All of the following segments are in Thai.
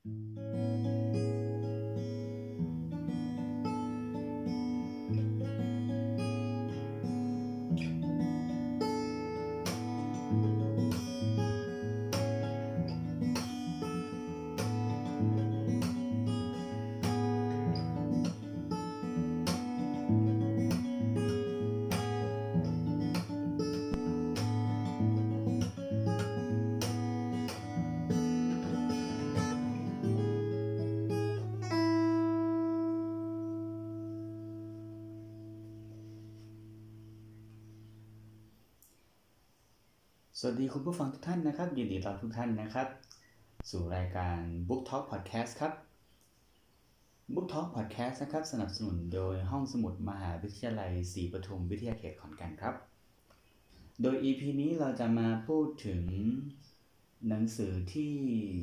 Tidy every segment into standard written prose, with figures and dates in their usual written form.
สวัสดีคุณผู้ฟังทุกท่านนะครับยินดีต้อนรับทุกท่านนะครับสู่รายการ Book Talk Podcast ครับ Book Talk Podcast นะครับสนับสนุนโดยห้องสมุดมหาวิทยาลัยศรีปทุมวิทยาเขตขอนแก่นครับโดย EP นี้เราจะมาพูดถึงหนังสือที่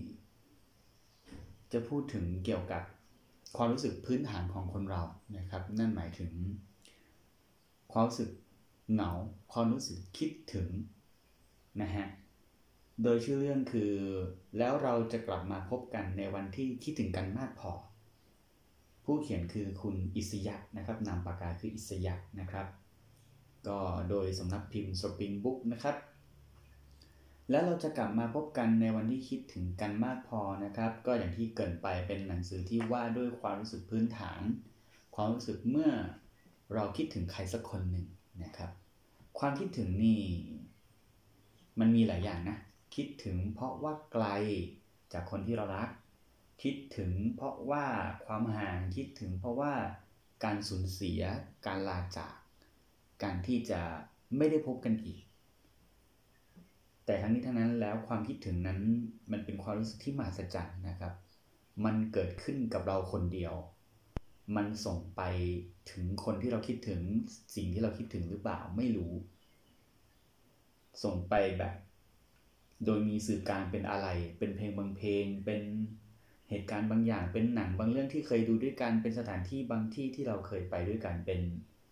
จะพูดถึงเกี่ยวกับความรู้สึกพื้นฐานของคนเรานะครับนั่นหมายถึงความรู้สึกเหงาความรู้สึกคิดถึงนะฮะโดยชื่อเรื่องคือแล้วเราจะกลับมาพบกันในวันที่คิดถึงกันมากพอผู้เขียนคือคุณอิสยะนะครับนามปากกาคืออิสยะนะครับก็โดยสำนักพิมพ์สปริงบุ๊กนะครับแล้วเราจะกลับมาพบกันในวันที่คิดถึงกันมากพอนะครับก็อย่างที่เกริ่นไปเป็นหนังสือที่ว่าด้วยความรู้สึกพื้นฐานความรู้สึกเมื่อเราคิดถึงใครสักคนหนึ่งนะครับความคิดถึงนี่มันมีหลายอย่างนะคิดถึงเพราะว่าไกลจากคนที่เรารักคิดถึงเพราะว่าความห่างคิดถึงเพราะว่าการสูญเสียการลาจากการที่จะไม่ได้พบกันอีกแต่ทั้งนี้ทั้งนั้นแล้วความคิดถึงนั้นมันเป็นความรู้สึกที่มหัศจรรย์นะครับมันเกิดขึ้นกับเราคนเดียวมันส่งไปถึงคนที่เราคิดถึงสิ่งที่เราคิดถึงหรือเปล่าไม่รู้ส่งไปแบบโดยมีสื่อกลางเป็นอะไรเป็นเพลงบางเพลงเป็นเหตุการณ์บางอย่างเป็นหนังบางเรื่องที่เคยดูด้วยกันเป็นสถานที่บางที่ที่เราเคยไปด้วยกันเป็น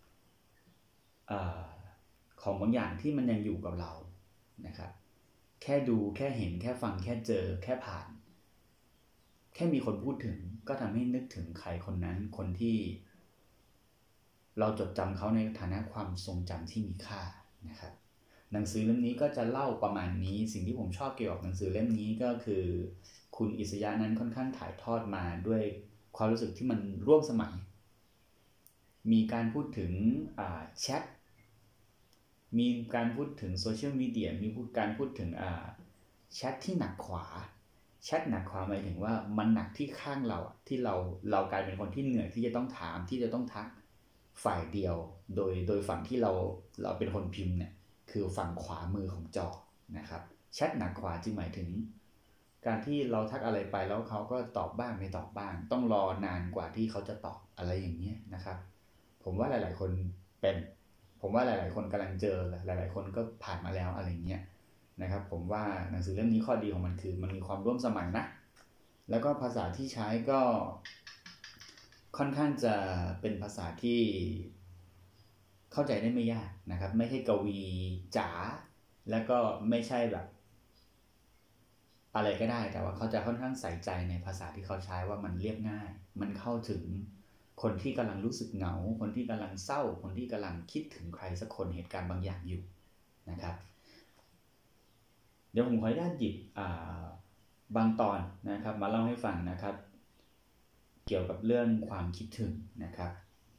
ของบางอย่างที่มันยังอยู่กับเรานะครับแค่ดูแค่เห็นแค่ฟังแค่เจอแค่ผ่านแค่มีคนพูดถึงก็ทำให้นึกถึงใครคนนั้นคนที่เราจดจำเขาในฐานะความทรงจำที่มีค่านะครับหนังสือเล่มนี้ก็จะเล่าประมาณนี้สิ่งที่ผมชอบเกี่ยวกับหนังสือเล่มนี้ก็คือคุณอิสยะนั้นค่อนข้างถ่ายทอดมาด้วยความรู้สึกที่มันร่วมสมัยมีการพูดถึงแชทมีการพูดถึงโซเชียลมีเดียมีการพูดถึงแชทที่หนักขวาแชทหนักขวาหมายถึงว่ามันหนักที่ข้างเราที่เรากลายเป็นคนที่เหนื่อยที่จะต้องถามที่จะต้องทักฝ่ายเดียวโดยฝั่งที่เราเป็นคนพิมพ์เนี่ยคือฝั่งขวามือของจอนะครับแชทหนักขวาจึงหมายถึงการที่เราทักอะไรไปแล้วเขาก็ตอบบ้างไม่ตอบบ้างต้องรอนานกว่าที่เขาจะตอบอะไรอย่างเงี้ยนะครับผมว่าหลายๆคนเป็นผมว่าหลายๆคนกำลังเจอหลายๆคนก็ผ่านมาแล้วอะไรเงี้ยนะครับผมว่าหนังสือเล่มนี้ข้อดีของมันคือมันมีความร่วมสมัยนะแล้วก็ภาษาที่ใช้ก็ค่อนข้างจะเป็นภาษาที่เข้าใจได้ไม่ยากนะครับไม่ใช่กวีจ๋าแล้วก็ไม่ใช่แบบอะไรก็ได้แต่ว่าเขาจะค่อนข้างใส่ใจในภาษาที่เขาใช้ว่ามันเรียบง่ายมันเข้าถึงคนที่กำลังรู้สึกเหงาคนที่กำลังเศร้าคนที่กำลังคิดถึงใครสักคนเหตุการณ์บางอย่างอยู่นะครับเดี๋ยวผมขออนุญาตหยิบบางตอนนะครับมาเล่าให้ฟังนะครับเกี่ยวกับเรื่องความคิดถึงนะครับ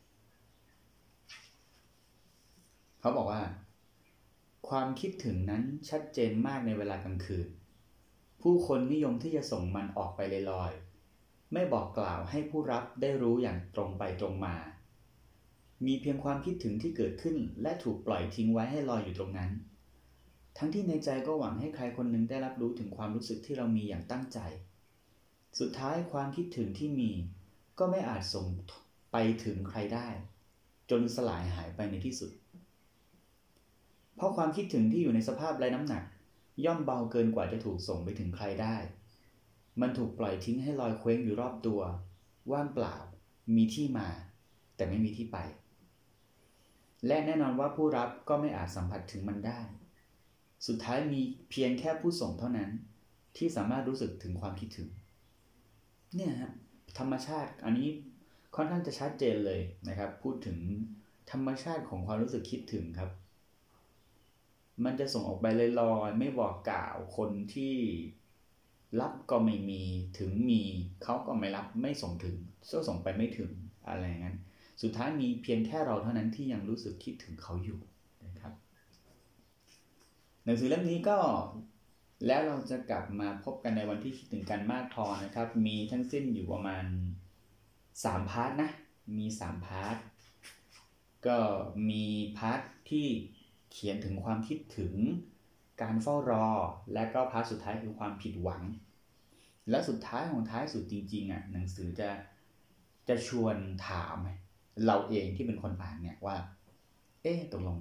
เขาบอกว่าความคิดถึงนั้นชัดเจนมากในเวลากลางคืนผู้คนนิยมที่จะส่งมันออกไปลอยๆไม่บอกกล่าวให้ผู้รับได้รู้อย่างตรงไปตรงมามีเพียงความคิดถึงที่เกิดขึ้นและถูกปล่อยทิ้งไว้ให้ลอยอยู่ตรงนั้นทั้งที่ในใจก็หวังให้ใครคนหนึ่งได้รับรู้ถึงความรู้สึกที่เรามีอย่างตั้งใจสุดท้ายความคิดถึงที่มีก็ไม่อาจส่งไปถึงใครได้จนสลายหายไปในที่สุดเพราะความคิดถึงที่อยู่ในสภาพไร้น้ำหนักย่อมเบาเกินกว่าจะถูกส่งไปถึงใครได้มันถูกปล่อยทิ้งให้ลอยเคว้งอยู่รอบตัวว่างเปล่ามีที่มาแต่ไม่มีที่ไปและแน่นอนว่าผู้รับก็ไม่อาจสัมผัสถึงมันได้สุดท้ายมีเพียงแค่ผู้ส่งเท่านั้นที่สามารถรู้สึกถึงความคิดถึงเนี่ยฮะธรรมชาติอันนี้ค่อนข้างจะชัดเจนเลยนะครับพูดถึงธรรมชาติของความรู้สึกคิดถึงครับมันจะส่งออกไปลอยๆไม่บอกกล่าวคนที่รับก็ไม่มีถึงมีเขาก็ไม่รับไม่ส่งถึงส่งไปไม่ถึงอะไรงั้นสุดท้ายมีเพียงแค่เราเท่านั้นที่ยังรู้สึกคิดถึงเขาอยู่นะครับหนังสือเล่มนี้ก็แล้วเราจะกลับมาพบกันในวันที่คิดถึงกันมากพอนะครับมีทั้งสิ้นอยู่ประมาณ3 พาร์ทนะมี3 พาร์ทก็มีพาร์ทที่เขียนถึงความคิดถึงการเฝ้ารอและก็พาร์ทสุดท้ายคือความผิดหวังและสุดท้ายของท้ายสุดจริงๆอ่ะหนังสือจะชวนถามเราเองที่เป็นคนอ่านเนี่ยว่าตกลง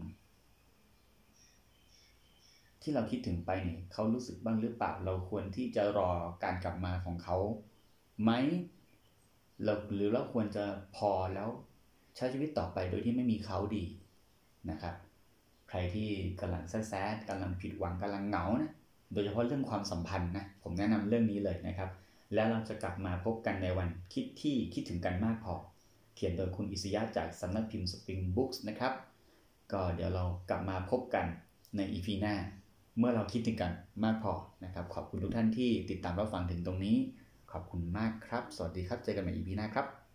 ที่เราคิดถึงไปเนี่ยเขารู้สึกบ้างหรือเปล่าเราควรที่จะรอการกลับมาของเขาไหมหรือเราควรจะพอแล้วใช้ชีวิตต่อไปโดยที่ไม่มีเขาดีนะครับใครที่กำลังแซดกำลังผิดหวังกำลังเหงานะโดยเฉพาะเรื่องความสัมพันธ์นะผมแนะนำเรื่องนี้เลยนะครับแล้วเราจะกลับมาพบกันในวันคิดถึงกันมากพอเขียนโดยคุณอิสยะจากสำนักพิมพ์ Spring Books นะครับก็เดี๋ยวเรากลับมาพบกันใน EP หน้าเมื่อเราคิดถึงกันมากพอนะครับขอบคุณทุกท่านที่ติดตามรับฟังถึงตรงนี้ขอบคุณมากครับสวัสดีครับเจอกันใหม่ EP หน้าครับ